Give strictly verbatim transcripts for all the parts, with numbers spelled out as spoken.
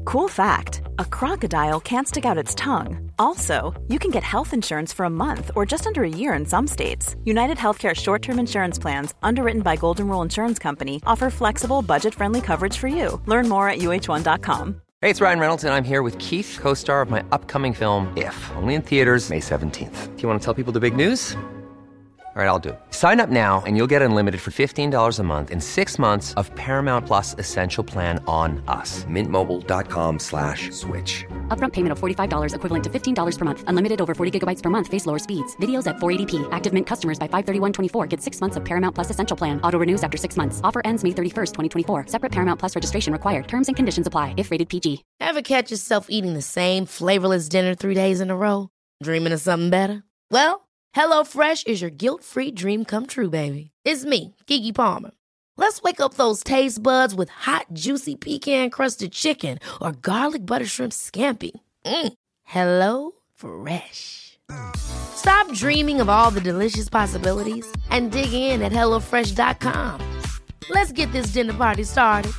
Cool fact, a crocodile can't stick out its tongue. Also, you can get health insurance for a month or just under a year in some states. United Healthcare short-term insurance plans, underwritten by Golden Rule Insurance Company, offer flexible, budget-friendly coverage for you. Learn more at U H one dot com. Hey, it's Ryan Reynolds, and I'm here with Keith, co-star of my upcoming film, If, only in theaters May seventeenth. Do you want to tell people the big news? All right, I'll do it. Sign up now and you'll get unlimited for fifteen dollars a month and six months of Paramount Plus Essential Plan on us. Mint Mobile dot com slash switch. Upfront payment of forty-five dollars equivalent to fifteen dollars per month. Unlimited over forty gigabytes per month. Face lower speeds. Videos at four eighty p. Active Mint customers by five thirty-one twenty-four get six months of Paramount Plus Essential Plan. Auto renews after six months. Offer ends May thirty-first, twenty twenty-four. Separate Paramount Plus registration required. Terms and conditions apply if rated P G. Ever catch yourself eating the same flavorless dinner three days in a row? Dreaming of something better? Well, HelloFresh is your guilt-free dream come true, baby. It's me, Keke Palmer. Let's wake up those taste buds with hot, juicy pecan-crusted chicken or garlic butter shrimp scampi. Mm. Hello Fresh. Stop dreaming of all the delicious possibilities and dig in at hello fresh dot com. Let's get this dinner party started.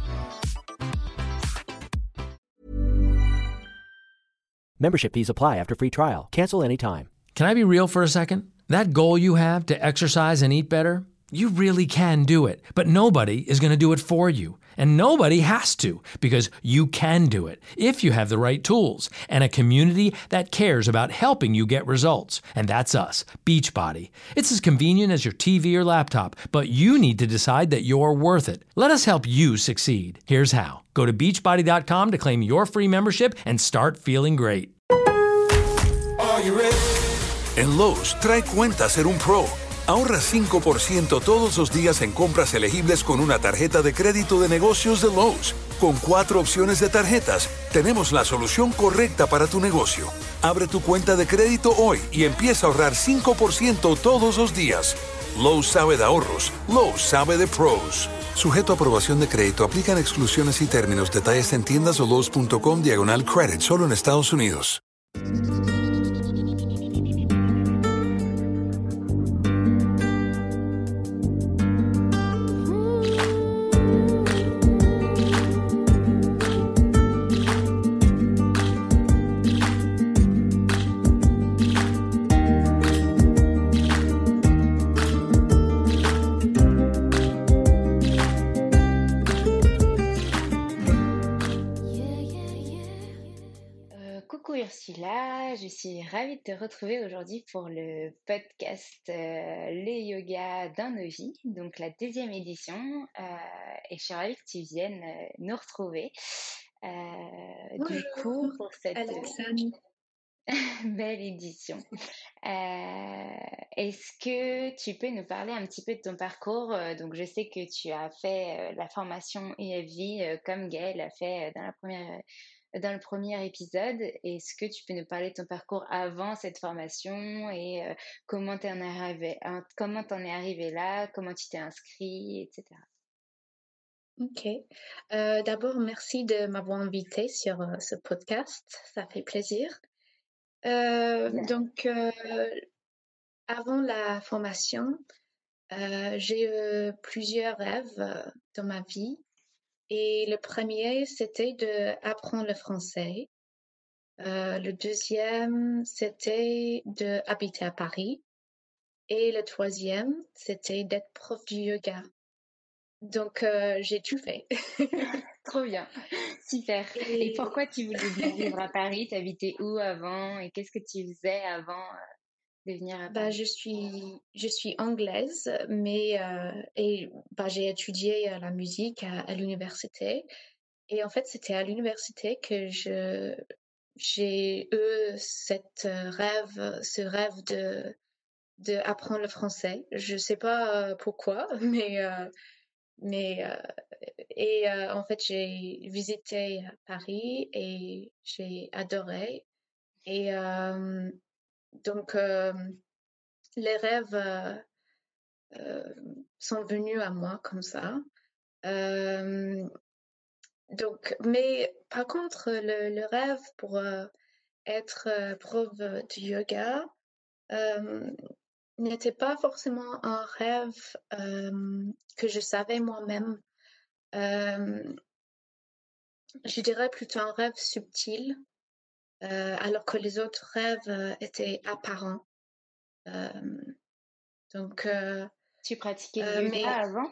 Membership fees apply after free trial. Cancel anytime. Can I be real for a second? That goal you have to exercise and eat better, you really can do it. But nobody is going to do it for you. And nobody has to, because you can do it if you have the right tools and a community that cares about helping you get results. And that's us, Beachbody. It's as convenient as your T V or laptop, but you need to decide that you're worth it. Let us help you succeed. Here's how. Go to beachbody dot com to claim your free membership and start feeling great. Are you ready? En Lowe's, trae cuenta ser un pro. Ahorra cinco por ciento todos los días en compras elegibles con una tarjeta de crédito de negocios de Lowe's. Con cuatro opciones de tarjetas, tenemos la solución correcta para tu negocio. Abre tu cuenta de crédito hoy y empieza a ahorrar cinco por ciento todos los días. Lowe's sabe de ahorros. Lowe's sabe de pros. Sujeto a aprobación de crédito, aplican exclusiones y términos. Detalles en tiendas o lowes punto com diagonal credit, solo en Estados Unidos. Ursula, je suis ravie de te retrouver aujourd'hui pour le podcast euh, Les yogas dans nos vies, donc la deuxième édition, euh, et je suis ravie que tu viennes euh, nous retrouver. Euh, du coup, pour cette belle édition, euh, est-ce que tu peux nous parler un petit peu de ton parcours? Donc, je sais que tu as fait euh, la formation E F V euh, comme Gaëlle a fait euh, dans la première dans le premier épisode. Est-ce que tu peux nous parler de ton parcours avant cette formation et euh, comment t'en es arrivé, hein, comment t'en es arrivé là, comment tu t'es inscrit, et cetera. Ok. Euh, d'abord, merci de m'avoir invité sur euh, ce podcast. Ça fait plaisir. Euh, donc, euh, avant la formation, euh, j'ai eu plusieurs rêves euh, dans ma vie. Et le premier, c'était d'apprendre le français. Euh, le deuxième, c'était d'habiter à Paris. Et le troisième, c'était d'être prof du yoga. Donc, euh, j'ai tout fait. Trop bien, super. Et... et pourquoi tu voulais bien vivre à Paris? T'habitais où avant? Et qu'est-ce que tu faisais avant de venir à Paris? Bah, je suis, je suis anglaise, mais euh, et, bah, j'ai étudié la musique à, à l'université. Et en fait, c'était à l'université que je, j'ai eu cette rêve, ce rêve de, de apprendre le français. Je sais pas euh, pourquoi, mais... Euh, Mais euh, et euh, en fait, j'ai visité Paris et j'ai adoré. Et euh, donc, euh, les rêves euh, euh, sont venus à moi comme ça. Euh, donc, mais par contre, le, le rêve pour euh, être euh, prof de yoga euh, n'était pas forcément un rêve euh, que je savais moi-même. Euh, je dirais plutôt un rêve subtil, euh, alors que les autres rêves euh, étaient apparents. Euh, donc, euh, Tu pratiquais le euh, yoga mais avant?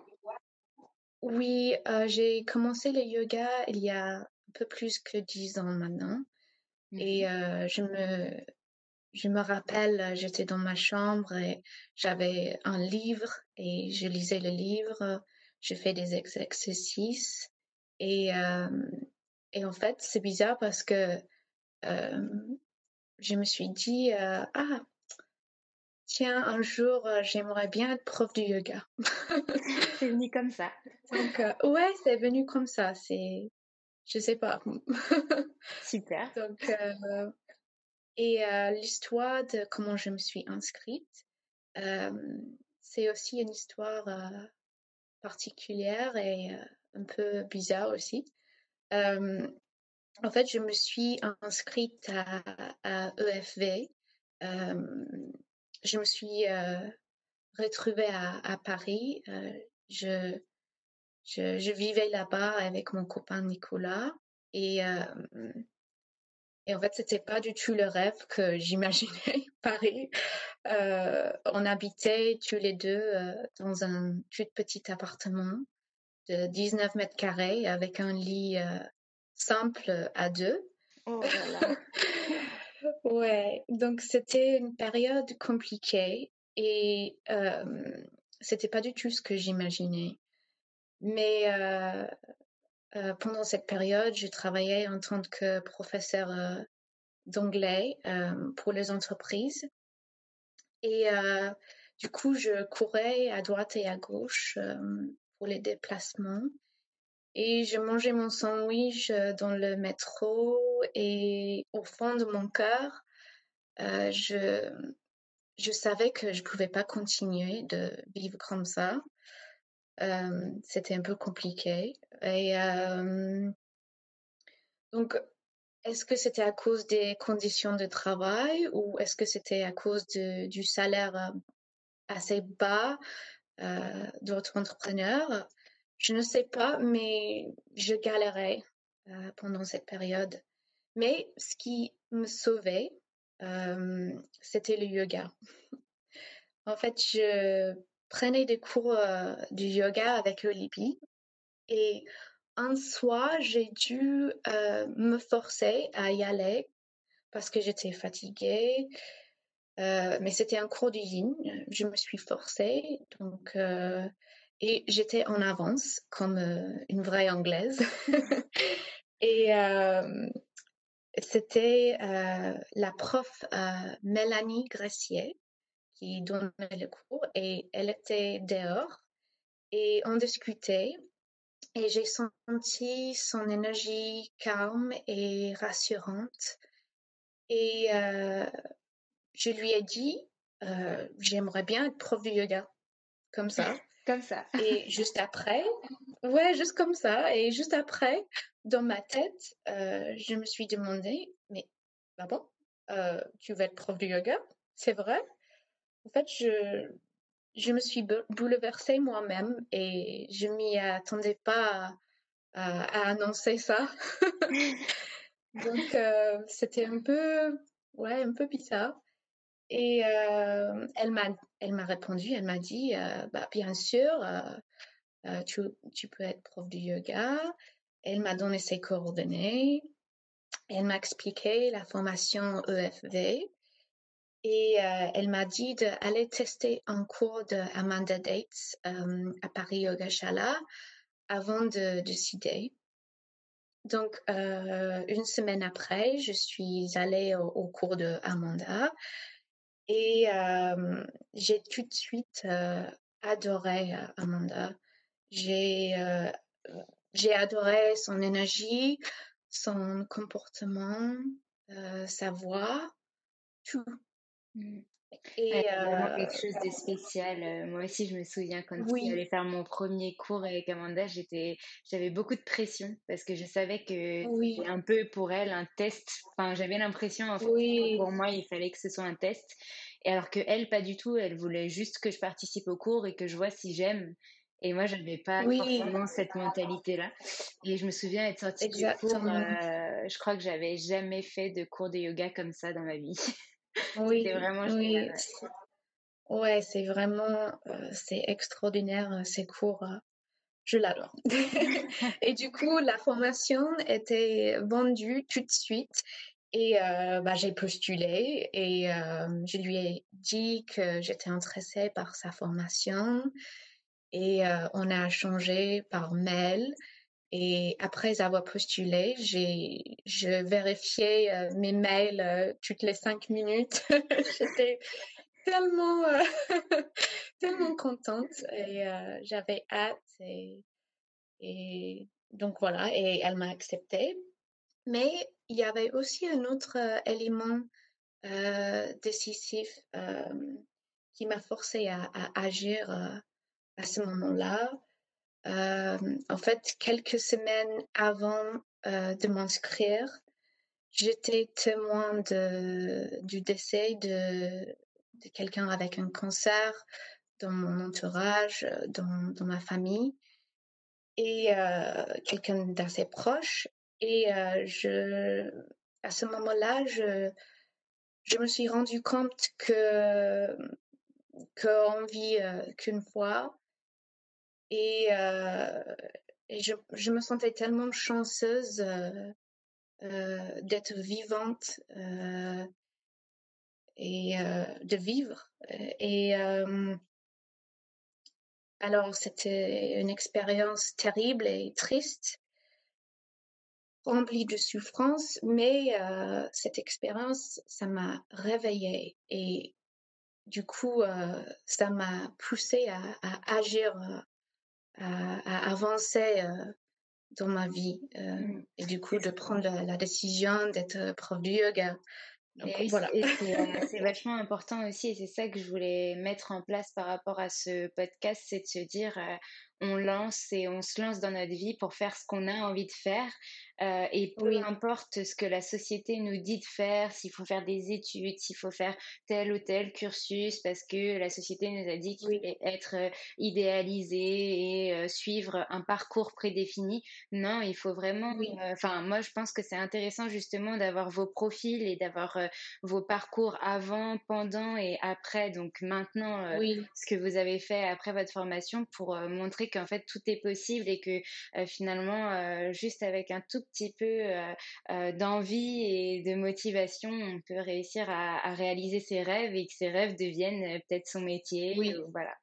oui, euh, j'ai commencé le yoga il y a un peu plus que dix ans maintenant. Et Mhm. euh, je me, je me rappelle, j'étais dans ma chambre et j'avais un livre et je lisais le livre, je fais des exercices et, euh, et en fait, c'est bizarre parce que euh, je me suis dit, euh, ah, tiens, un jour, euh, j'aimerais bien être prof de yoga. C'est venu comme ça. Donc, euh, ouais, c'est venu comme ça, c'est, je sais pas. Super. Donc, euh, et euh, l'histoire de comment je me suis inscrite, euh, c'est aussi une histoire euh, particulière et euh, un peu bizarre aussi. Euh, en fait, je me suis inscrite à, à E F V. Euh, je me suis euh, retrouvée à, à Paris. Euh, je, je, je vivais là-bas avec mon copain Nicolas. Et, euh, et en fait, c'était pas du tout le rêve que j'imaginais, Paris. Euh, on habitait tous les deux euh, dans un tout petit appartement de dix-neuf mètres carrés avec un lit euh, simple à deux. Oh là là. Ouais, donc c'était une période compliquée et euh, c'était pas du tout ce que j'imaginais. Mais euh, euh, pendant cette période, je travaillais en tant que professeur euh, d'anglais euh, pour les entreprises. Et euh, du coup, je courais à droite et à gauche euh, pour les déplacements. Et je mangeais mon sandwich euh, dans le métro. Et au fond de mon cœur, euh, je, je savais que je pouvais pas continuer de vivre comme ça. Euh, c'était un peu compliqué. Et euh, donc, est-ce que c'était à cause des conditions de travail ou est-ce que c'était à cause de, du salaire euh, assez bas euh, d'autres entrepreneurs? Je ne sais pas, mais je galérais euh, pendant cette période. Mais ce qui me sauvait, euh, c'était le yoga. En fait, je prenais des cours euh, du yoga avec Olivier et un soir, j'ai dû euh, me forcer à y aller parce que j'étais fatiguée. Euh, mais c'était un cours d'usine. Je me suis forcée, donc euh, et j'étais en avance comme euh, une vraie Anglaise. et euh, c'était euh, la prof euh, Mélanie Gressier qui donnait le cours et elle était dehors et on discutait et j'ai senti son énergie calme et rassurante et euh, je lui ai dit euh, j'aimerais bien être prof de yoga comme ça. Comme ça. Et juste après, ouais, juste comme ça. Et juste après, dans ma tête, euh, je me suis demandé, mais ah bon, euh, tu vas être prof de yoga? C'est vrai? En fait, je, je me suis bouleversée moi-même et je m'y attendais pas à, à annoncer ça. Donc, euh, c'était un peu, ouais, un peu bizarre. Et euh, elle m'a, elle m'a répondu, elle m'a dit, euh, bah, bien sûr, euh, euh, tu, tu peux être prof de yoga. Elle m'a donné ses coordonnées. Elle m'a expliqué la formation E F V. Et euh, elle m'a dit d'aller tester un cours de Amanda Dates euh, à Paris Yogashala avant de décider. Donc, euh, une semaine après, je suis allée au, au cours de Amanda et euh, j'ai tout de suite euh, adoré euh, Amanda. J'ai euh, j'ai adoré son énergie, son comportement, euh, sa voix, tout. Mm. Elle Et a vraiment euh, quelque chose de spécial. Euh, moi aussi, je me souviens quand oui, j'allais faire mon premier cours avec Amanda, j'étais, j'avais beaucoup de pression parce que je savais que oui, c'était un peu pour elle un test. Enfin, j'avais l'impression en fait que oui, pour moi, il fallait que ce soit un test. Et alors que elle, pas du tout. Elle voulait juste que je participe au cours et que je vois si j'aime. Et moi, j'avais pas Oui, forcément cette mentalité-là. Et je me souviens être sortie du cours, exactement. euh, je crois que j'avais jamais fait de cours de yoga comme ça dans ma vie. C'était Oui, vraiment oui. génial. c'est- Ouais, c'est vraiment, euh, c'est extraordinaire, euh, ces cours. euh, Je l'adore. Et du coup, la formation était vendue tout de suite. Et euh, bah, j'ai postulé et euh, je lui ai dit que j'étais intéressée par sa formation. Et euh, on a échangé par mail. Et après avoir postulé, j'ai je vérifiais euh, mes mails euh, toutes les cinq minutes. J'étais tellement euh, tellement contente et euh, j'avais hâte et, et donc voilà, et elle m'a acceptée. Mais il y avait aussi un autre euh, élément euh, décisif euh, qui m'a forcé à, à agir euh, à ce moment-là. Euh, en fait, quelques semaines avant euh, de m'inscrire, j'étais témoin de, du décès de, de quelqu'un avec un cancer dans mon entourage, euh, dans, dans ma famille, et euh, quelqu'un d'assez proche. Et euh, je, à ce moment-là, je, je me suis rendu compte que qu'on vit euh, qu'une fois. Et, euh, et je, je me sentais tellement chanceuse euh, euh, d'être vivante euh, et euh, de vivre. Et euh, alors, c'était une expérience terrible et triste, remplie de souffrance, mais euh, cette expérience, ça m'a réveillée et du coup, euh, ça m'a poussée à, à agir, à, à avancer euh, dans ma vie euh, Mm. et du coup C'est de prendre la, la décision d'être prof de yoga. Donc Et voilà. c'est et c'est, euh, c'est vachement important aussi, et c'est ça que je voulais mettre en place par rapport à ce podcast, c'est de se dire, euh, on lance et on se lance dans notre vie pour faire ce qu'on a envie de faire, euh, et peu Oui, importe ce que la société nous dit de faire, s'il faut faire des études, s'il faut faire tel ou tel cursus, parce que la société nous a dit qu'il oui, fallait être euh, idéalisé et euh, suivre un parcours prédéfini. Non, il faut vraiment, oui, euh, enfin, moi je pense que c'est intéressant justement d'avoir vos profils et d'avoir euh, vos parcours avant, pendant et après, donc maintenant, euh, oui, ce que vous avez fait après votre formation pour euh, montrer qu'en fait tout est possible et que euh, finalement, euh, juste avec un tout petit peu euh, euh, d'envie et de motivation, on peut réussir à, à réaliser ses rêves et que ses rêves deviennent euh, peut-être son métier. oui, Ou voilà.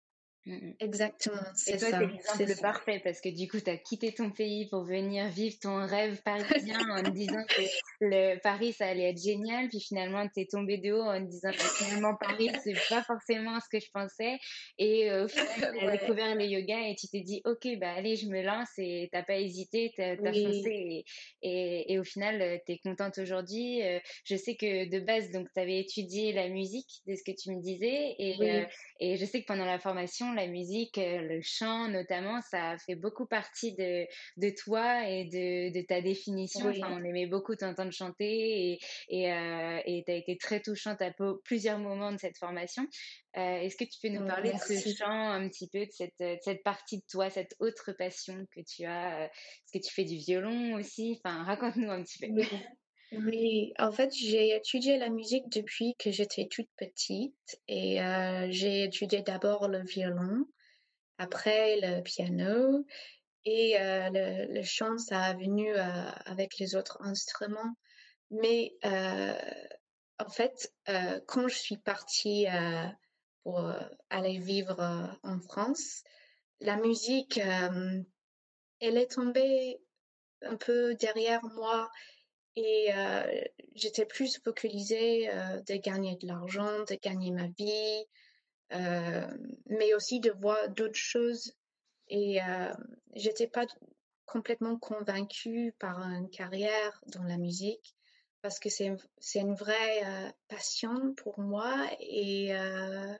Mm, mm. exactement, Et c'est toi, t'es ça, c'est l'exemple ça. parfait parce que du coup, t'as quitté ton pays pour venir vivre ton rêve parisien en te disant que le Paris, ça allait être génial. Puis finalement, t'es tombé de haut en te disant, bah, finalement, Paris, c'est pas forcément ce que je pensais. Et euh, au final, t'as Ouais, découvert le yoga et tu t'es dit, OK, bah, allez, je me lance et t'as pas hésité, t'as, t'as foncé. oui, Et, et, et au final, euh, t'es contente aujourd'hui. Euh, je sais que de base, donc, t'avais étudié la musique, de ce que tu me disais. Et, euh, oui, et je sais que pendant la formation, la musique, euh, le chant notamment, ça fait beaucoup partie de, de toi et de, de ta définition. Enfin, oui, on aimait beaucoup t'entendre chanter et et euh, et t'as été très touchante à po- plusieurs moments de cette formation. Euh, est-ce que tu peux nous oh, parler de ce merci. chant un petit peu, de cette, de cette partie de toi, cette autre passion que tu as? euh, Est-ce que tu fais du violon aussi? Enfin, raconte-nous un petit peu. Oui, oui. En fait, j'ai étudié la musique depuis que j'étais toute petite et euh, j'ai étudié d'abord le violon, après le piano et euh, le, le chant, ça a venu euh, avec les autres instruments. Mais euh, en fait, euh, quand je suis partie euh, pour euh, aller vivre euh, en France, la musique, euh, elle est tombée un peu derrière moi et euh, j'étais plus focalisée euh, de gagner de l'argent, de gagner ma vie, euh, mais aussi de voir d'autres choses. Et euh, j'étais pas complètement convaincue par une carrière dans la musique parce que c'est c'est une vraie euh, passion pour moi et euh,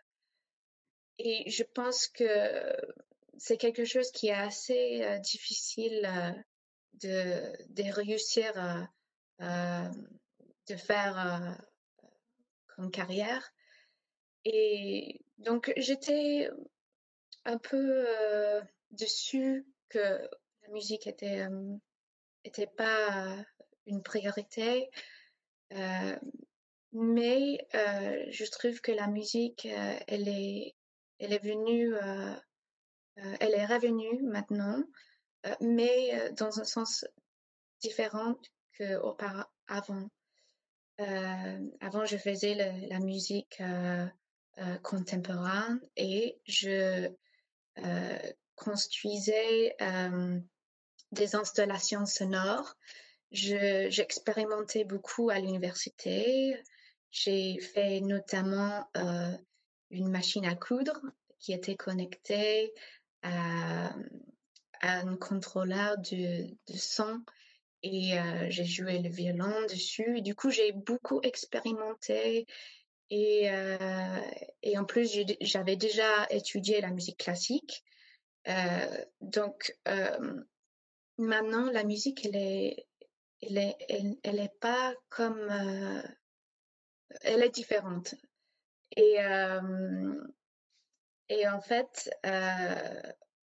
et je pense que c'est quelque chose qui est assez euh, difficile euh, de de réussir à, à- de faire euh, comme carrière et donc j'étais un peu euh, déçue que la musique était, euh, était pas une priorité. Euh, mais euh, je trouve que la musique, euh, elle est, elle est venue, euh, euh, elle est revenue maintenant, euh, mais euh, dans un sens différent qu'auparavant. Euh, avant, je faisais le- la musique euh, euh, contemporaine et je euh, construisais euh, des installations sonores. Je, j'expérimentais beaucoup à l'université. J'ai fait notamment euh, une machine à coudre qui était connectée à, à un contrôleur de, de son et euh, j'ai joué le violon dessus. Et du coup, j'ai beaucoup expérimenté et, euh, et en plus, j'ai, j'avais déjà étudié la musique classique. Euh, donc, euh, maintenant, la musique, elle est, elle est, elle, elle est pas comme, euh, elle est différente. Et, euh, et en fait, euh,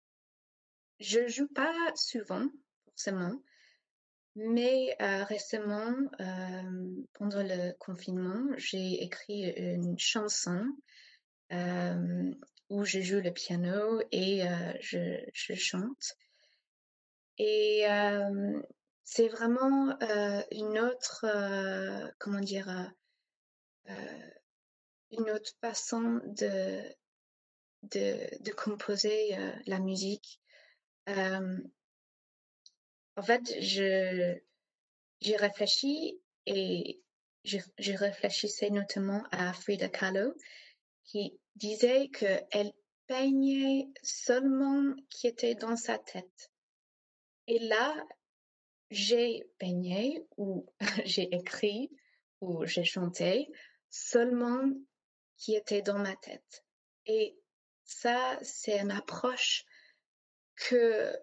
je joue pas souvent, forcément, mais euh, récemment, euh, pendant le confinement, j'ai écrit une chanson euh, où je joue le piano et euh, je, je chante. Et euh, c'est vraiment euh, une autre, euh, comment dire, euh, euh, une autre façon de, de, de composer euh, la musique. Euh, en fait, je, j'ai réfléchi et je, je réfléchissais notamment à Frida Kahlo qui disait qu'elle peignait seulement qui était dans sa tête. Et là, j'ai peigné ou j'ai écrit ou j'ai chanté seulement qui était dans ma tête. Et ça, c'est une approche que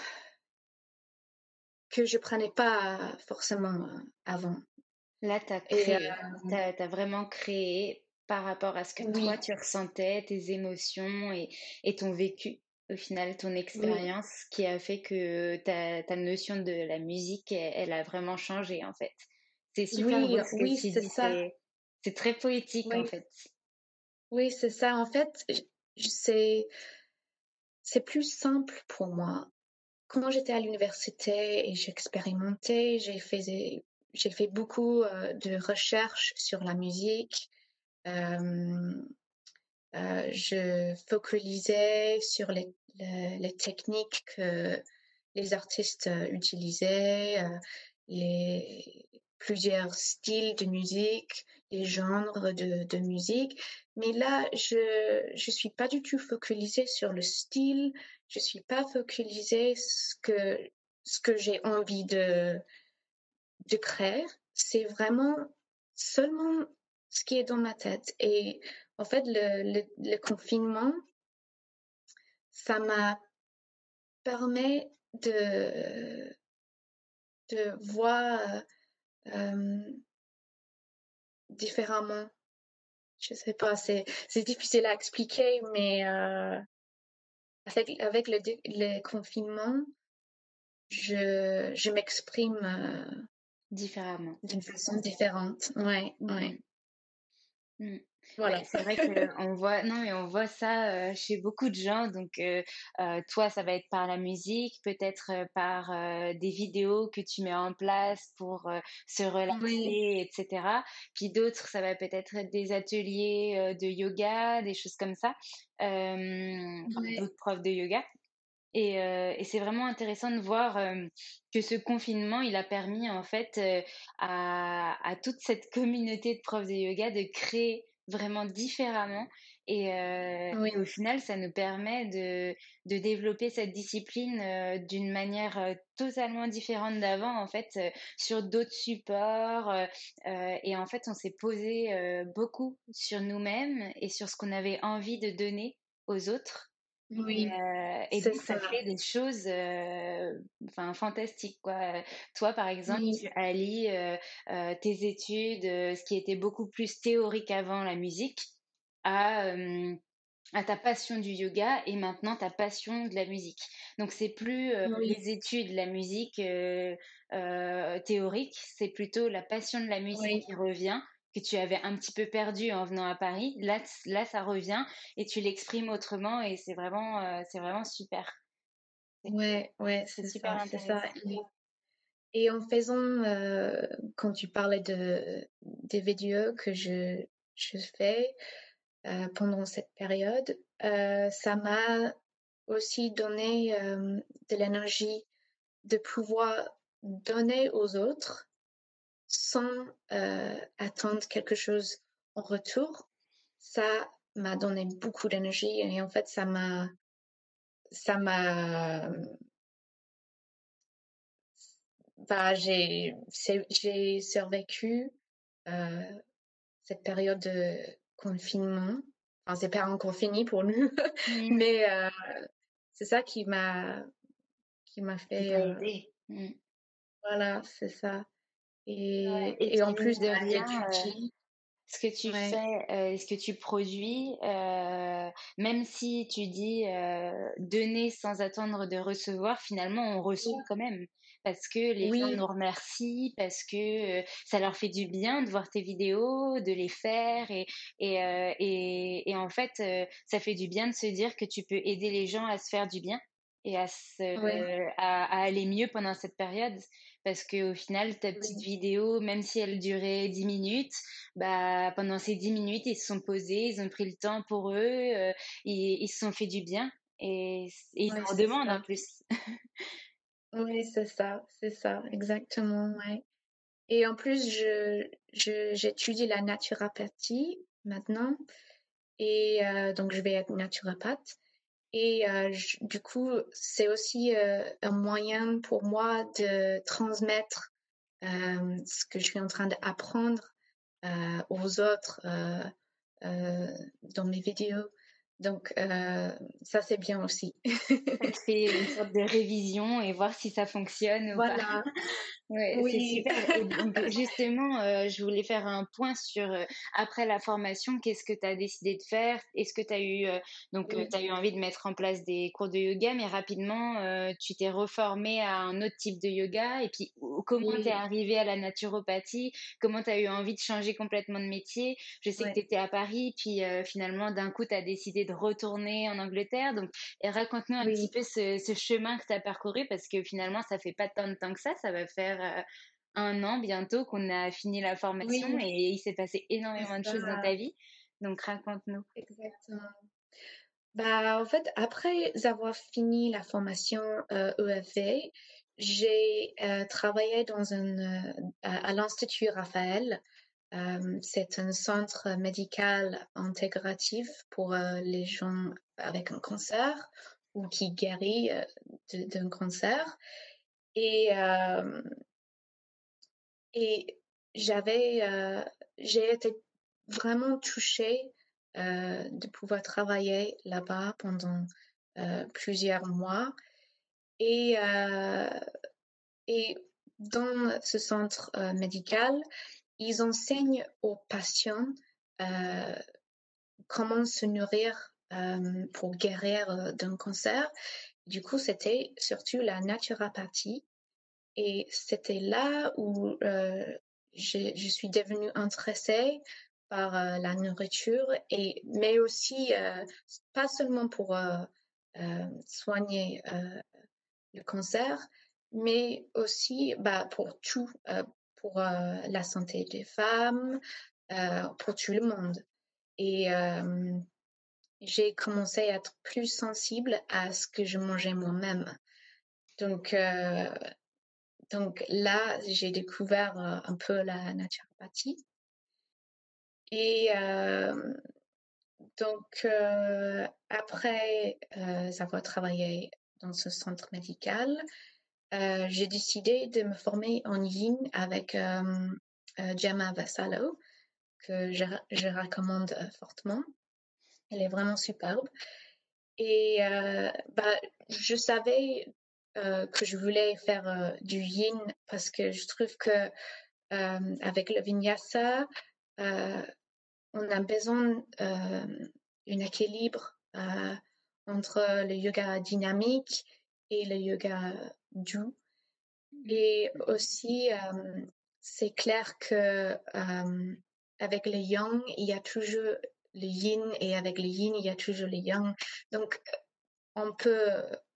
que je prenais pas forcément avant. Là, tu as Et euh, créé, tu as vraiment créé par rapport à ce que toi, oui, tu ressentais, tes émotions et, et ton vécu, au final, ton oui, expérience qui a fait que ta, ta notion de la musique, elle, elle a vraiment changé, en fait. C'est super oui, beau ce que oui, tu c'est dis, ça. c'est, c'est très poétique, en Oui, fait. oui, c'est ça. En fait, j- c'est c'est plus simple pour moi. Quand j'étais à l'université et j'expérimentais, j'ai fait j'ai fait beaucoup euh, de recherches sur la musique. Euh, euh, je focalisais sur les, les, les techniques que les artistes euh, utilisaient, euh, les plusieurs styles de musique, les genres de, de musique. Mais là, je je suis pas du tout focalisée sur le style. Je suis pas focalisée ce que ce que j'ai envie de de créer. C'est vraiment seulement ce qui est dans ma tête. Et en fait, le, le, le confinement, ça m'a permis de de voir euh, différemment. Je sais pas, c'est c'est difficile à expliquer, mais euh, avec avec le, dé- le confinement, je je m'exprime euh, Différemment. d'une façon différente. Ouais, Mm, ouais. mm. Mm. Voilà. Ouais, c'est vrai que on voit, non mais on voit ça euh, chez beaucoup de gens. Donc euh, euh, toi, ça va être par la musique, peut-être euh, par euh, des vidéos que tu mets en place pour euh, se relaxer, Oui, et cetera. Puis d'autres, ça va peut-être être des ateliers euh, de yoga, des choses comme ça, euh, par ouais, d'autres profs de yoga. Et, euh, et c'est vraiment intéressant de voir euh, que ce confinement, il a permis en fait euh, à, à toute cette communauté de profs de yoga de créer vraiment différemment. Et, euh, oui, et au final, ça nous permet de, de développer cette discipline euh, d'une manière euh, totalement différente d'avant, en fait, euh, sur d'autres supports. Euh, euh, et en fait, on s'est posé euh, beaucoup sur nous-mêmes et sur ce qu'on avait envie de donner aux autres. Et, oui, euh, et c'est donc, ça ça. fait des choses euh, enfin, fantastiques, quoi. Toi, par exemple, Oui, tu allies euh, euh, tes études, euh, ce qui était beaucoup plus théorique avant la musique, à, euh, à ta passion du yoga et maintenant ta passion de la musique. Donc c'est plus euh, Oui, les études, la musique euh, euh, théorique, c'est plutôt la passion de la musique oui, qui revient, que tu avais un petit peu perdu en venant à Paris. Là, t- là ça revient et tu l'exprimes autrement et c'est vraiment, euh, c'est vraiment super. C'est ouais, ouais, c'est c'est super ça, c'est ça. intéressant. Et, et en faisant, euh, quand tu parlais de des vidéos que je je fais euh, pendant cette période, euh, ça m'a aussi donné euh, de l'énergie de pouvoir donner aux autres sans euh, attendre quelque chose en retour. Ça m'a donné beaucoup d'énergie et en fait, ça m'a, ça m'a, bah, j'ai, c'est- j'ai survécu euh, cette période de confinement. Enfin, c'est pas encore fini pour nous, Mm. mais euh, c'est ça qui m'a, qui m'a Qui fait, t'a euh, aidé. Mm. voilà, c'est ça. Ouais. Et, Et et en puis mine plus, de bah, rien, euh, j'étudie. ce que tu Ouais, fais, euh, ce que tu produis, euh, même si tu dis euh, donner sans attendre de recevoir, finalement on reçoit oui, quand même parce que les gens oui, nous remercient, parce que euh, ça leur fait du bien de voir tes vidéos, de les faire et et euh, et, et en fait euh, ça fait du bien de se dire que tu peux aider les gens à se faire du bien et à ouais, se à, à aller mieux pendant cette période parce que au final ta petite oui, vidéo, même si elle durait dix minutes, bah, pendant ces dix minutes, ils se sont posés, ils ont pris le temps pour eux, euh, ils, ils se sont fait du bien et, et ils ouais, en c'est demandent en ça. plus. Oui, c'est ça, c'est ça, exactement, ouais. Et en plus, je, je, j'étudie la naturopathie maintenant, et euh, donc je vais être naturopathe. Et euh, je- du coup, c'est aussi euh, un moyen pour moi de transmettre euh, ce que je suis en train d'apprendre euh, aux autres euh, euh, dans mes vidéos. Donc, euh, ça, c'est bien aussi. Ça te fait une sorte de révision et voir si ça fonctionne ou pas. Voilà, Ouais, c'est oui, super. Et donc, justement, euh, je voulais faire un point sur, euh, après la formation, qu'est-ce que tu as décidé de faire? Est-ce que tu as eu, euh, donc, euh, oui, tu eu envie de mettre en place des cours de yoga, mais rapidement, euh, tu t'es reformé à un autre type de yoga? Et puis, ou- comment tu es oui, arrivé à la naturopathie? Comment tu as eu envie de changer complètement de métier? Je sais que tu ouais, étais à Paris, puis euh, finalement, d'un coup, tu as décidé de retourner en Angleterre. Donc, et raconte-nous un petit oui, peu ce, ce chemin que tu as parcouru, parce que finalement, ça fait pas tant de temps que ça, ça va faire euh, un an bientôt qu'on a fini la formation oui, et il s'est passé c'est énormément de choses dans ça, ta vie. Donc raconte-nous. exactement. Bah, en fait, après avoir fini la formation euh, E F V, j'ai euh, travaillé dans un, euh, à, à l'Institut Raphaël. Euh, c'est un centre médical intégratif pour euh, les gens avec un cancer ou qui guérit euh, de- d'un cancer. Et, euh, et j'avais, euh, j'ai été vraiment touchée euh, de pouvoir travailler là-bas pendant euh, plusieurs mois. Et, euh, et dans ce centre euh, médical, ils enseignent aux patients euh, comment se nourrir euh, pour guérir euh, d'un cancer. Du coup, c'était surtout la naturopathie. Et c'était là où euh, je, je suis devenue intéressée par euh, la nourriture, et, mais aussi euh, pas seulement pour euh, euh, soigner euh, le cancer, mais aussi bah, pour tout, euh, pour euh, la santé des femmes, euh, pour tout le monde. Et euh, j'ai commencé à être plus sensible à ce que je mangeais moi-même. Donc, euh, donc là, j'ai découvert euh, un peu la naturopathie. Et euh, donc, euh, après euh, avoir travaillé dans ce centre médical, euh, j'ai décidé de me former en yin avec euh, euh, Gemma Vassallo, que je, je recommande euh, fortement. Elle est vraiment superbe. Et euh, bah, je savais euh, que je voulais faire euh, du yin parce que je trouve que euh, avec le vinyasa, euh, on a besoin euh, d'un équilibre euh, entre le yoga dynamique et le yoga doux. Et aussi, euh, c'est clair que euh, avec le yang, il y a toujours le yin, et avec le yin, il y a toujours le yang. Donc, on peut,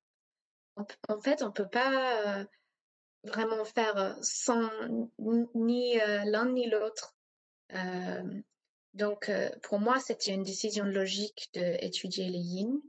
on, en fait, on peut pas euh, vraiment faire sans ni euh, l'un ni l'autre. Euh, donc, euh, pour moi, c'était une décision logique d'étudier le yin.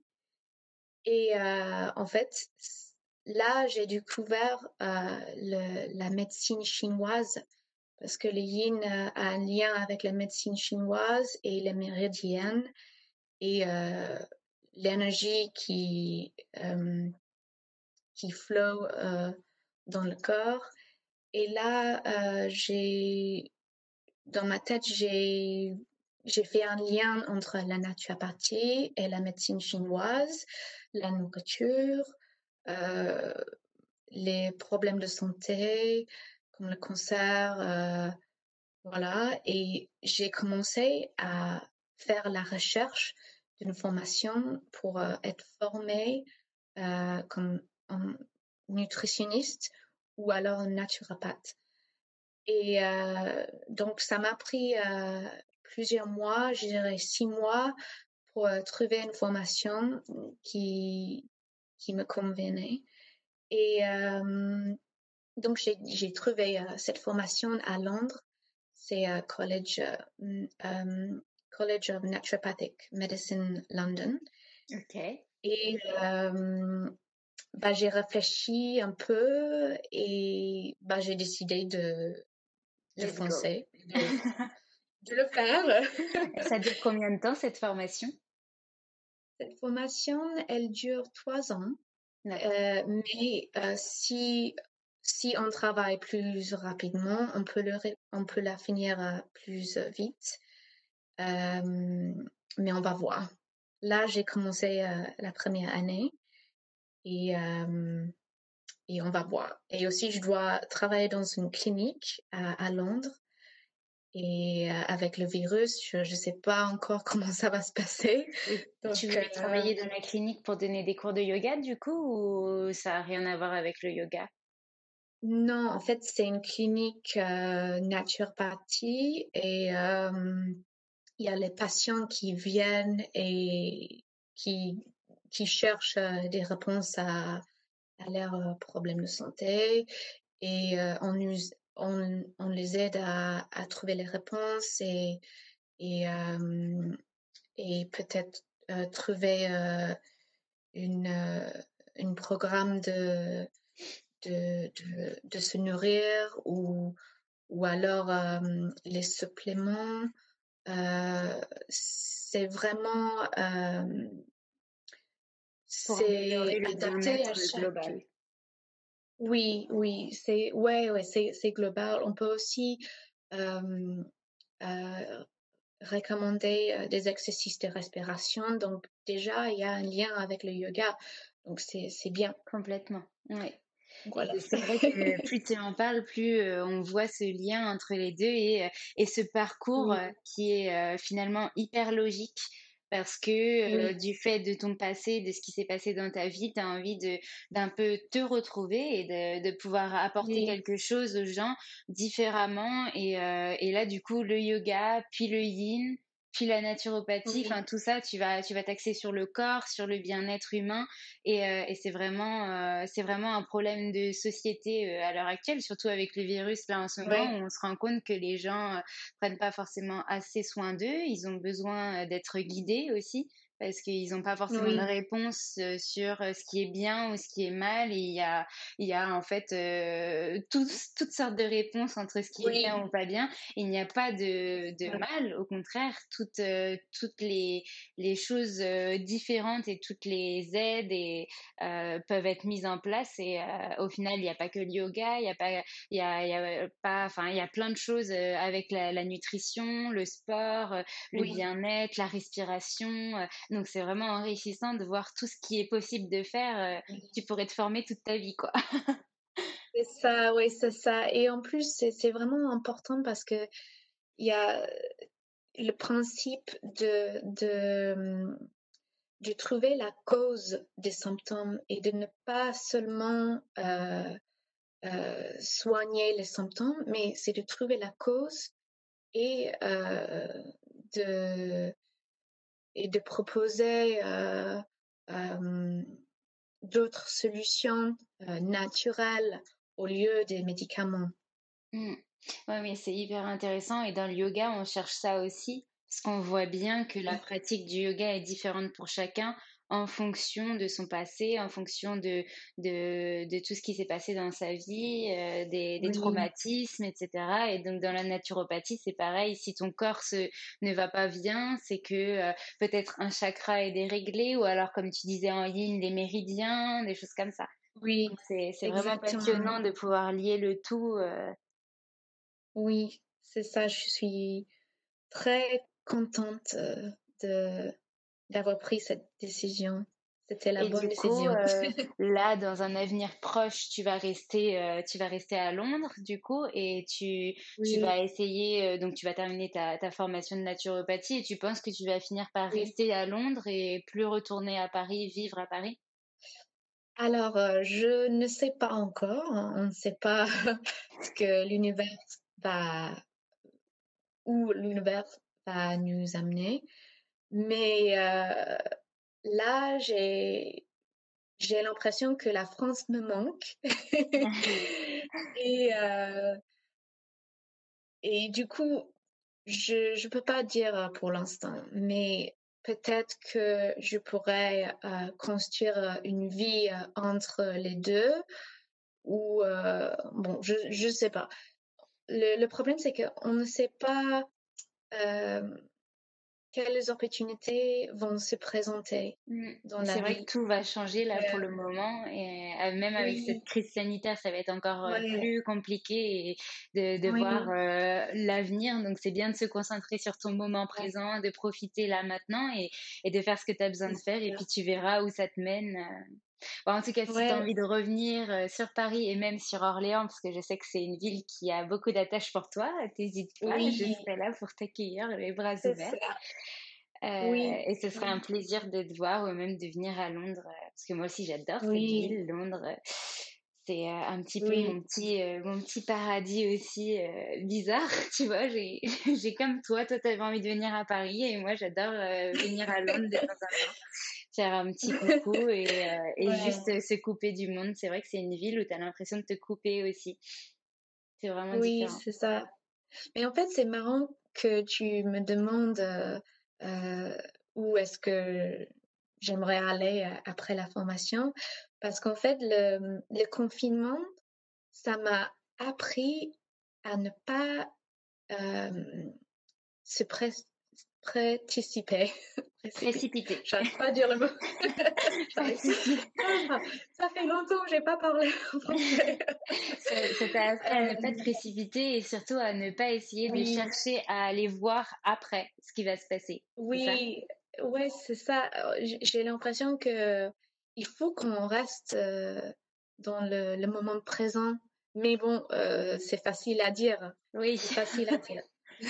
Et euh, en fait, là, j'ai découvert euh, le, la médecine chinoise, parce que le yin euh, a un lien avec la médecine chinoise et les méridiennes et euh, l'énergie qui, euh, qui flow euh, dans le corps. Et là, euh, j'ai, dans ma tête, j'ai, j'ai fait un lien entre la naturopathie et la médecine chinoise, la nourriture, euh, les problèmes de santé, comme le cancer, euh, voilà. Et j'ai commencé à faire la recherche d'une formation pour euh, être formée euh, comme un nutritionniste ou alors un naturopathe. Et euh, donc, ça m'a pris euh, plusieurs mois, je dirais six mois, pour euh, trouver une formation qui, qui me convenait. Et euh, donc, j'ai, j'ai trouvé euh, cette formation à Londres. C'est euh, College, euh, um, College of Naturopathic Medicine London. Ok. Et euh, bah, j'ai réfléchi un peu et bah, j'ai décidé de, de Let's go. foncer, de, de le faire. Et ça dure combien de temps cette formation? Cette formation, elle dure trois ans. D'accord. Euh, mais euh, si, si on travaille plus rapidement, on peut, le, ré- on peut la finir euh, plus vite. Euh, mais on va voir. Là, j'ai commencé euh, la première année et, euh, et on va voir. Et aussi, je dois travailler dans une clinique à, à Londres. Et euh, avec le virus, je ne sais pas encore comment ça va se passer. Et Donc, tu voulais euh, travailler dans la clinique pour donner des cours de yoga du coup, ou ça n'a rien à voir avec le yoga? non, en fait, c'est une clinique euh, naturopathie et euh, il y a les patients qui viennent et qui, qui cherchent euh, des réponses à, à leurs euh, problèmes de santé et euh, on, us- on, on les aide à, à trouver les réponses et, et, euh, et peut-être euh, trouver euh, une, euh, une programme de, de, de, de se nourrir ou, ou alors euh, les suppléments. Euh, c'est vraiment euh, Pour c'est améliorer le adapté à bien-être chaque. global. Oui, oui, c'est ouais, ouais, c'est c'est global. On peut aussi euh, euh, recommander euh, des exercices de respiration. Donc déjà, il y a un lien avec le yoga. Donc c'est c'est bien. Complètement, oui. Voilà. Et c'est vrai que plus tu en parles, plus euh, on voit ce lien entre les deux et, euh, et ce parcours Oui, euh, qui est euh, finalement hyper logique parce que euh, oui, du fait de ton passé, de ce qui s'est passé dans ta vie, tu as envie de d'un peu te retrouver et de, de pouvoir apporter oui, quelque chose aux gens différemment. Et, euh, et là, du coup, le yoga, puis le yin, puis la naturopathie, oui, enfin tout ça, tu vas tu vas t'axer sur le corps, sur le bien-être humain. Et, euh, et c'est vraiment, euh, c'est vraiment un problème de société euh, à l'heure actuelle, surtout avec le virus là en ce moment, oui, où on se rend compte que les gens euh, prennent pas forcément assez soin d'eux. Ils ont besoin euh, d'être guidés aussi, parce qu'ils n'ont pas forcément de oui, réponse euh, sur euh, ce qui est bien ou ce qui est mal. Et il y a, il y a en fait euh, tous- toutes sortes de réponses entre ce qui est bien oui, ou pas bien. Il n'y a pas de, de oui, mal, au contraire, toutes, euh, toutes les, les choses euh, différentes et toutes les aides et, euh, peuvent être mises en place. Et euh, au final, il n'y a pas que le yoga, il y a pas, il y a, il y a pas, enfin, il y a plein de choses euh, avec la, la nutrition, le sport, euh, le oui. bien-être, la respiration. euh, donc c'est vraiment enrichissant de voir tout ce qui est possible de faire. euh, tu pourrais te former toute ta vie, quoi. C'est ça, oui, c'est ça. Et en plus, c'est c'est vraiment important parce que il y a le principe de, de de trouver la cause des symptômes et de ne pas seulement euh, euh, soigner les symptômes, mais c'est de trouver la cause et euh, de et de proposer euh, euh, d'autres solutions euh, naturelles au lieu des médicaments. Mmh. Ouais, mais c'est hyper intéressant et dans le yoga, on cherche ça aussi parce qu'on voit bien que la pratique du yoga est différente pour chacun en fonction de son passé, en fonction de, de, de tout ce qui s'est passé dans sa vie, euh, des, des Oui, traumatismes, et cetera. Et donc dans la naturopathie, c'est pareil, si ton corps se, ne va pas bien, c'est que euh, peut-être un chakra est déréglé ou alors comme tu disais en yin, les méridiens, des choses comme ça. oui, Donc c'est, c'est vraiment exactement. passionnant de pouvoir lier le tout. euh, Oui, c'est ça. Je suis très contente euh, de d'avoir pris cette décision. C'était la Et bonne du coup, décision. euh, là, dans un avenir proche, tu vas rester, euh, tu vas rester à Londres, du coup, et tu, tu vas Oui, essayer, euh, donc tu vas terminer ta, ta formation de naturopathie, et tu penses que tu vas finir par oui. rester à Londres et plus retourner à Paris, vivre à Paris? Alors, euh, je ne sais pas encore. Hein. On ne sait pas ce que l'univers va, où l'univers va nous amener. Mais euh, là, j'ai j'ai l'impression que la France me manque. Et euh, et du coup, je je peux pas dire euh, pour l'instant, mais peut-être que je pourrais euh, construire euh, une vie euh, entre les deux ou euh, bon, je je sais pas. Le, le problème, c'est qu'on ne sait pas euh, quelles opportunités vont se présenter Mm. dans la C'est vrai que vie. tout va changer là pour Euh, le moment et euh, même avec cette oui, crise sanitaire, ça va être encore euh, ouais, plus compliqué et de, de voir oui, euh, l'avenir. Donc c'est bien de se concentrer sur ton moment ouais, présent, de profiter là maintenant et, et de faire ce que tu as besoin c'est de faire et sûr. puis tu verras où ça te mène. euh. Bon, en tout cas, si tu as Ouais, envie de revenir euh, sur Paris et même sur Orléans, parce que je sais que c'est une ville qui a beaucoup d'attaches pour toi, t'hésites pas, je oui, serai là pour t'accueillir les bras c'est ouverts. ça. Euh, Oui, et ce serait un oui, plaisir de te voir ou même de venir à Londres, euh, parce que moi aussi j'adore cette oui, ville, Londres. euh, C'est euh, un petit peu oui, mon petit, euh, mon petit paradis aussi euh, bizarre, tu vois. J'ai, j'ai comme toi, toi t'avais envie de venir à Paris et moi j'adore euh, venir à Londres de temps en temps, faire un petit coucou et, euh, et juste ouais, euh, se couper du monde. C'est vrai que c'est une ville où t'as l'impression de te couper aussi. C'est vraiment oui, différent. c'est ça. Mais en fait, c'est marrant que tu me demandes euh, euh, où est-ce que j'aimerais aller euh, après la formation, parce qu'en fait, le, le confinement, ça m'a appris à ne pas euh, se pré- précipiter. Précipiter. Précipité. J'arrive pas à dire le mot. Pas de J'arrive. souci. Ah, ça fait longtemps que j'ai pas parlé en français. Ça ça t'a appris à ne pas te Euh, précipiter et surtout à ne pas essayer de oui, chercher à aller voir après ce qui va se passer. C'est ça? oui, ouais, c'est ça. Euh, j- J'ai l'impression que il faut qu'on reste euh, dans le, le moment présent. Mais bon, euh, c'est facile à dire. Oui. C'est facile à dire.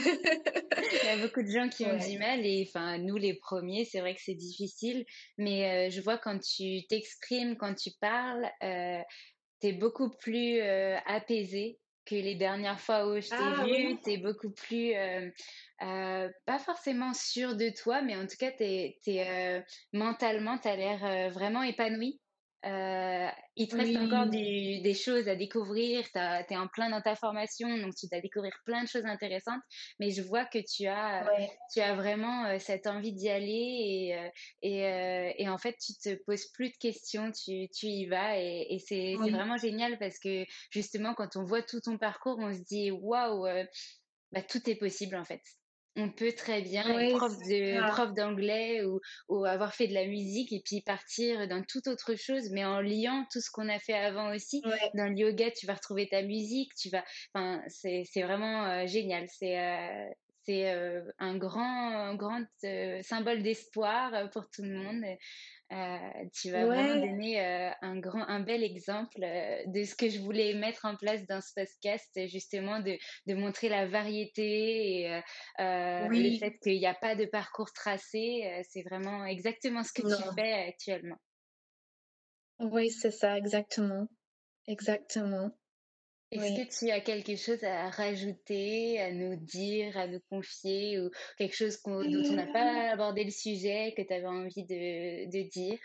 Il y a beaucoup de gens qui ont Ouais. du mal et enfin nous les premiers, c'est vrai que c'est difficile, mais euh, je vois quand tu t'exprimes, quand tu parles, euh, t'es beaucoup plus euh, apaisé que les dernières fois où je t'ai Ah oui, vu. T'es beaucoup plus, euh, euh, pas forcément sûr de toi, mais en tout cas, t'es, t'es, euh, mentalement, t'as l'air euh, vraiment épanoui. Euh, il te reste encore oui, du- des choses à découvrir. T'as- T'es en plein dans ta formation, donc tu dois découvrir plein de choses intéressantes. Mais je vois que tu as, ouais, tu as vraiment euh, cette envie d'y aller et, euh, et, euh, et en fait, tu te poses plus de questions, tu, tu y vas et, et c'est, c'est oui, vraiment génial parce que justement, quand on voit tout ton parcours, on se dit waouh, euh, bah, tout est possible en fait. On peut très bien être oui, prof c'est de ça. prof d'anglais ou, ou avoir fait de la musique et puis partir dans toute autre chose, mais en liant tout ce qu'on a fait avant aussi. Ouais, Dans le yoga, tu vas retrouver ta musique, tu vas, enfin, c'est c'est vraiment euh, génial. C'est euh, c'est euh, un grand un grand euh, symbole d'espoir euh, pour tout le monde. Euh, tu vas vraiment Ouais, donner euh, un grand, un bel exemple euh, de ce que je voulais mettre en place dans ce podcast, justement de, de montrer la variété et euh, euh, le oui, fait qu'il n'y a pas de parcours tracé. Euh, c'est vraiment exactement ce que tu non, fais actuellement. oui, c'est ça, exactement, exactement, Est-ce oui. que tu as quelque chose à rajouter, à nous dire, à nous confier, ou quelque chose qu'on- dont on n'a Euh, pas abordé le sujet, que tu avais envie de, de dire?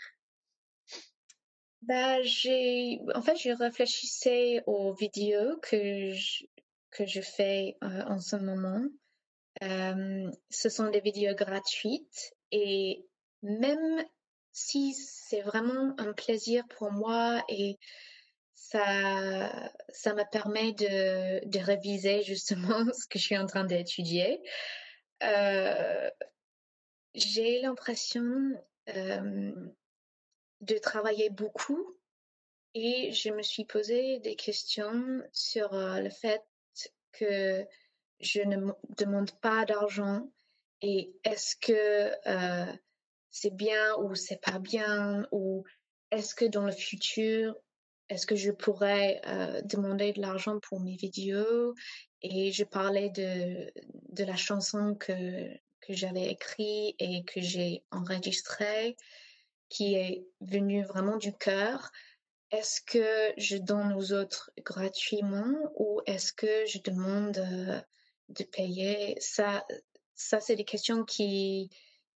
Bah, j'ai, en fait, je réfléchissais aux vidéos que je, que je fais euh, en ce moment. Euh, ce sont des vidéos gratuites et même si c'est vraiment un plaisir pour moi et ça, ça me permet de, de réviser justement ce que je suis en train d'étudier, euh, j'ai l'impression euh, de travailler beaucoup et je me suis posé des questions sur euh, le fait que je ne me demande pas d'argent et est-ce que euh, c'est bien ou c'est pas bien ou est-ce que dans le futur, est-ce que je pourrais euh, demander de l'argent pour mes vidéos et je parlais de, de la chanson que, que j'avais écrite et que j'ai enregistrée qui est venue vraiment du cœur. Est-ce que je donne aux autres gratuitement ou est-ce que je demande euh, de payer? Ça, ça c'est des questions qui,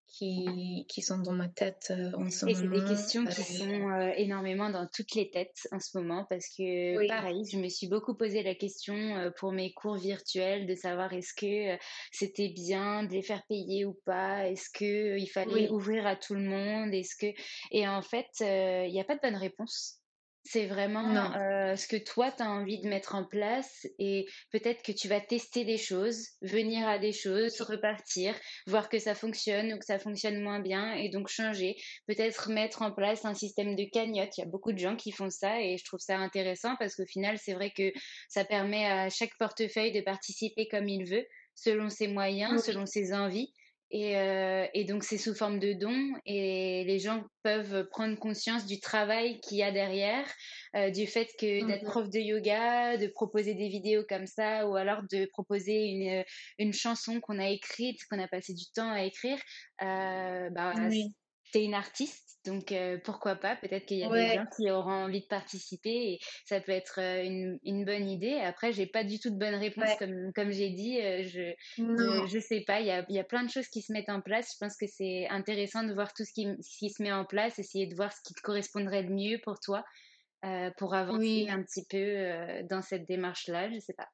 qui, qui sont dans ma tête euh, en ce Et c'est des moment. questions Euh, qui sont euh, énormément dans toutes les têtes en ce moment parce que, oui, pareil, je me suis beaucoup posé la question euh, pour mes cours virtuels de savoir est-ce que euh, c'était bien de les faire payer ou pas, est-ce que euh, il fallait oui, ouvrir à tout le monde, est-ce que... Et en fait, euh, il n'y a pas de bonne réponse. C'est vraiment non, euh, ce que toi, tu as envie de mettre en place et peut-être que tu vas tester des choses, venir à des choses, oui, repartir, voir que ça fonctionne ou que ça fonctionne moins bien et donc changer. Peut-être mettre en place un système de cagnotte. Il y a beaucoup de gens qui font ça et je trouve ça intéressant parce qu'au final, c'est vrai que ça permet à chaque portefeuille de participer comme il veut, selon ses moyens, oui, selon ses envies. Et, euh, et donc c'est sous forme de dons et les gens peuvent prendre conscience du travail qu'il y a derrière, euh, du fait que d'être mhm, prof de yoga, de proposer des vidéos comme ça ou alors de proposer une, une chanson qu'on a écrite, qu'on a passé du temps à écrire, euh, bah, oui, t'es une artiste, donc euh, pourquoi pas? Peut-être qu'il y a des gens ouais, qui auront envie de participer et ça peut être euh, une, une bonne idée. Après, j'ai pas du tout de bonne réponse, ouais, comme, comme j'ai dit. euh, je, je, non, je sais pas, il y a, il y a plein de choses qui se mettent en place. Je pense que c'est intéressant de voir tout ce qui, ce qui se met en place, essayer de voir ce qui te correspondrait le mieux pour toi, euh, pour avancer oui, un petit peu euh, dans cette démarche-là. Je sais pas.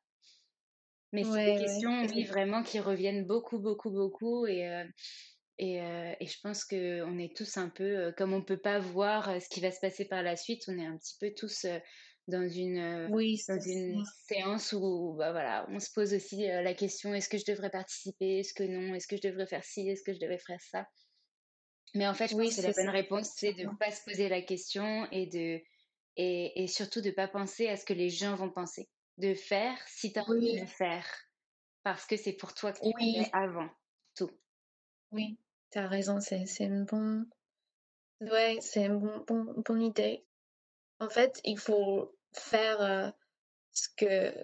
Mais c'est des ouais, ouais, questions, oui, effectivement, vraiment qui reviennent beaucoup, beaucoup, beaucoup. Et, euh, et, euh, et je pense qu'on est tous un peu, euh, comme on ne peut pas voir euh, ce qui va se passer par la suite, on est un petit peu tous euh, dans une, euh, oui, dans c'est ça, une séance où bah, voilà, on se pose aussi euh, la question, est-ce que je devrais participer? Est-ce que non? Est-ce que je devrais faire ci? Est-ce que je devrais faire ça? Mais en fait, je oui, pense que la c'est bonne ça, réponse, c'est de ne effectivement, pas se poser la question et, de, et, et surtout de ne pas penser à ce que les gens vont penser. De faire si tu as envie de oui, le faire parce que c'est pour toi que tu le fais oui, avant tout. oui, t'as raison, c'est, c'est une bonne, ouais, c'est une bon, bon- bonne idée. En fait, il faut faire euh, ce que,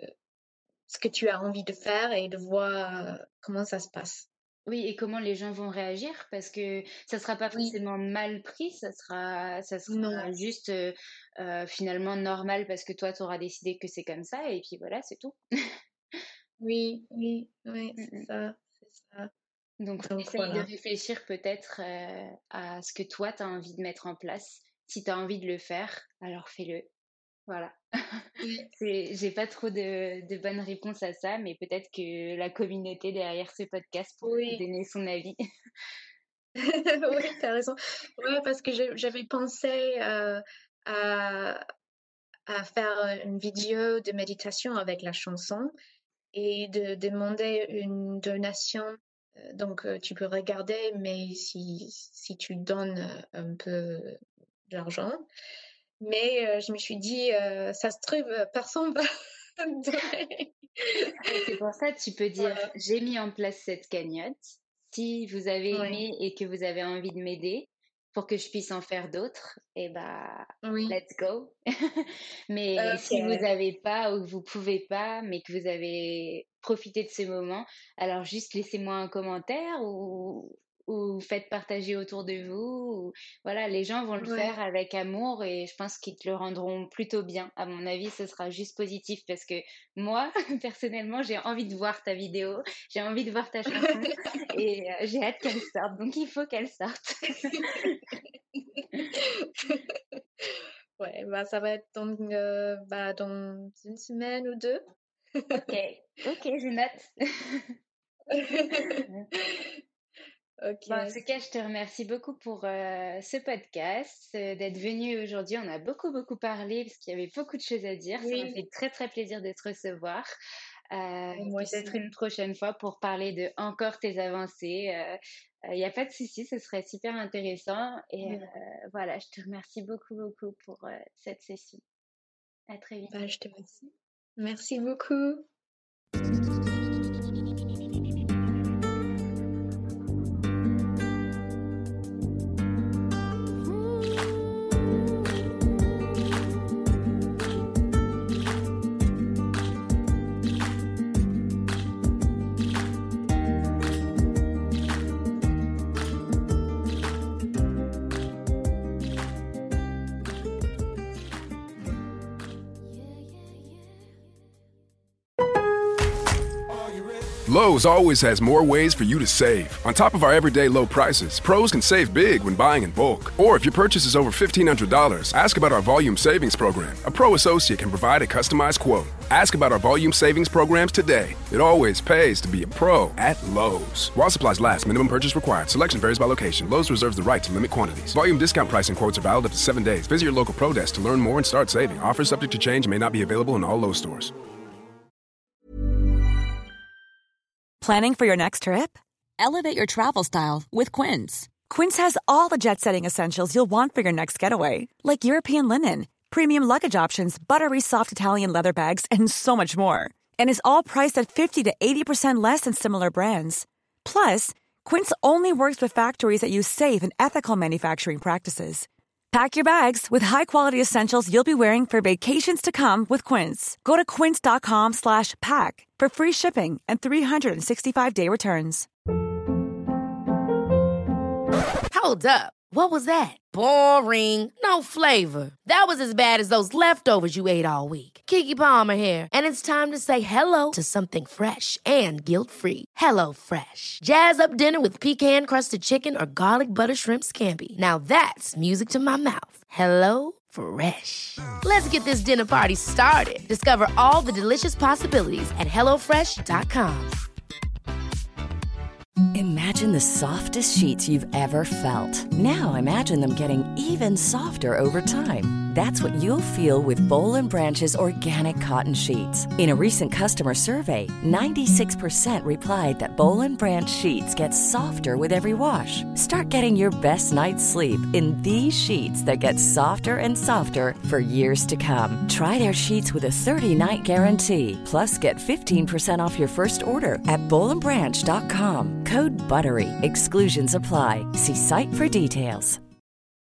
ce que tu as envie de faire et de voir euh, comment ça se passe. Oui, et comment les gens vont réagir parce que ça sera pas Oui, forcément mal pris, ça sera, ça non, sera juste euh, euh, finalement normal parce que toi, tu auras décidé que c'est comme ça et puis voilà, c'est tout. oui, oui, oui, Mm, c'est mm. ça, c'est ça. Donc, Donc essaye de voilà. réfléchir peut-être euh, à ce que toi, tu as envie de mettre en place. Si tu as envie de le faire, alors fais-le. Voilà. Oui, C'est, j'ai pas trop de, de bonnes réponses à ça, mais peut-être que la communauté derrière ce podcast pourrait te oui, donner son avis. oui, t'as raison. Ouais, parce que j'ai- j'avais pensé euh, à, à faire une vidéo de méditation avec la chanson et de demander une donation. Euh, Donc, euh, tu peux regarder, mais si, si tu donnes euh, un peu d'argent. Mais euh, je me suis dit, euh, ça se trouve, euh, personne va donner. Et c'est pour ça, tu peux dire, Voilà. j'ai mis en place cette cagnotte. Si vous avez Oui, aimé et que vous avez envie de m'aider, pour que je puisse en faire d'autres, et bah, Oui. let's go. Mais Ok. si vous n'avez pas ou que vous pouvez pas, mais que vous avez profité de ce moment, alors juste laissez-moi un commentaire ou, ou faites partager autour de vous. Ou- Voilà, les gens vont le Ouais. faire avec amour et je pense qu'ils te le rendront plutôt bien. À mon avis, ce sera juste positif parce que moi, personnellement, j'ai envie de voir ta vidéo, j'ai envie de voir ta chanson et euh, j'ai hâte qu'elle sorte. Donc il faut qu'elle sorte. Ouais, bah, ça va être dans, euh, bah, dans une semaine ou deux. Ok, ok, je note. Ok. Bon, en tout cas, je te remercie beaucoup pour euh, ce podcast, euh, d'être venu aujourd'hui. On a beaucoup, beaucoup parlé parce qu'il y avait beaucoup de choses à dire. Ça m'a Oui, fait très, très plaisir de te recevoir. Euh, et moi peut-être aussi. une prochaine fois pour parler de encore tes avancées. Il n'y a pas de souci, ce serait super intéressant. Et euh, Ouais. voilà, je te remercie beaucoup, beaucoup pour euh, cette session. À très vite. Bah, je te remercie. Merci beaucoup. Lowe's always has more ways for you to save. On top of our everyday low prices, pros can save big when buying in bulk. Or if your purchase is over fifteen hundred dollars, ask about our Volume Savings Program. A pro associate can provide a customized quote. Ask about our Volume Savings Programs today. It always pays to be a pro at Lowe's. While supplies last, minimum purchase required. Selection varies by location. Lowe's reserves the right to limit quantities. Volume discount pricing quotes are valid up to seven days. Visit your local pro desk to learn more and start saving. Offers subject to change and may not be available in all Lowe's stores. Planning for your next trip? Elevate your travel style with Quince. Quince has all the jet-setting essentials you'll want for your next getaway, like European linen, premium luggage options, buttery soft Italian leather bags, and so much more. And is all priced at fifty to eighty percent less than similar brands. Plus, Quince only works with factories that use safe and ethical manufacturing practices. Pack your bags with high-quality essentials you'll be wearing for vacations to come with Quince. Go to quince.com slash pack for free shipping and three sixty-five day returns. Hold up. What was that? Boring. No flavor. That was as bad as those leftovers you ate all week. Keke Palmer here, and it's time to say hello to something fresh and guilt-free. Hello Fresh. Jazz up dinner with pecan-crusted chicken or garlic butter shrimp scampi. Now that's music to my mouth. Hello Fresh. Let's get this dinner party started. Discover all the delicious possibilities at hello fresh dot com. Imagine the softest sheets you've ever felt. Now imagine them getting even softer over time. That's what you'll feel with Boll and Branch's organic cotton sheets. In a recent customer survey, ninety-six percent replied that Boll and Branch sheets get softer with every wash. Start getting your best night's sleep in these sheets that get softer and softer for years to come. Try their sheets with a thirty-night guarantee. Plus, get fifteen percent off your first order at boll and branch dot com. Code BUTTERY. Exclusions apply. See site for details.